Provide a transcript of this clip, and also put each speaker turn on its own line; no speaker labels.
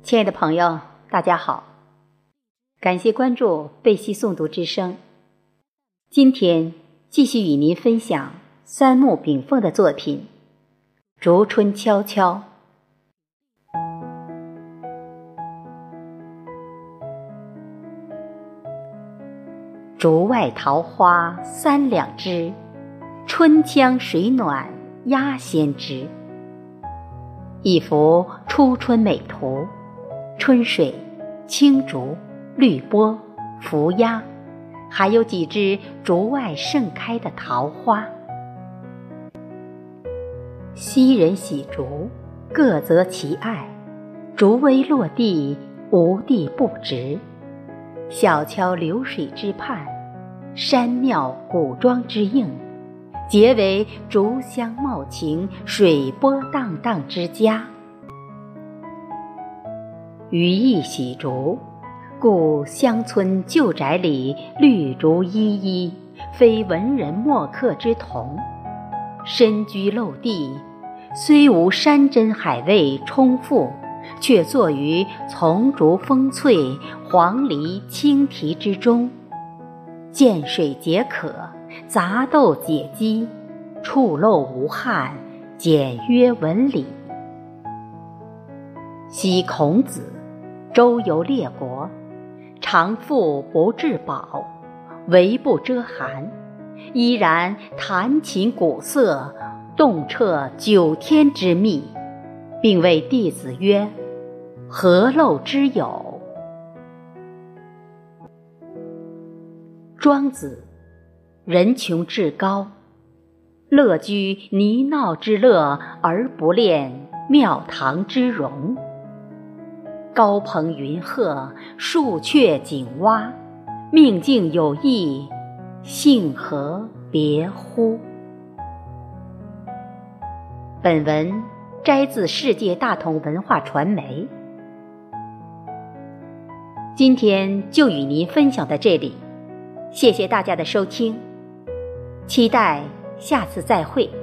亲爱的朋友，大家好，感谢关注贝西诵读之声。今天继续与您分享三木炳凤的作品《逐春悄悄》。竹外桃花三两枝，春江水暖鸭先知。一幅初春美图，春水、青竹、绿波、浮鸦，还有几枝竹外盛开的桃花。昔人喜竹，各择其爱，竹微落地，无地不植。小桥流水之畔，山庙古庄之应，结为竹香茂情，水波荡荡之家。余亦喜竹，故乡村旧宅里绿竹依依，非文人墨客之同。身居陋地，虽无山珍海味充富，却坐于丛竹风翠、黄鹂青啼之中，见水解渴，杂豆解饥，触漏无憾，简约文理。昔孔子周游列国，常腹不至饱，唯不遮寒，依然弹琴鼓瑟，动彻9天之密，并谓弟子曰：何陋之有？庄子，人穷志高，乐居泥淖之乐，而不恋庙堂之荣。高朋云鹤，树雀景蛙，命径有意，幸何别乎？本文摘自世界大同文化传媒。今天就与您分享到这里，谢谢大家的收听，期待下次再会。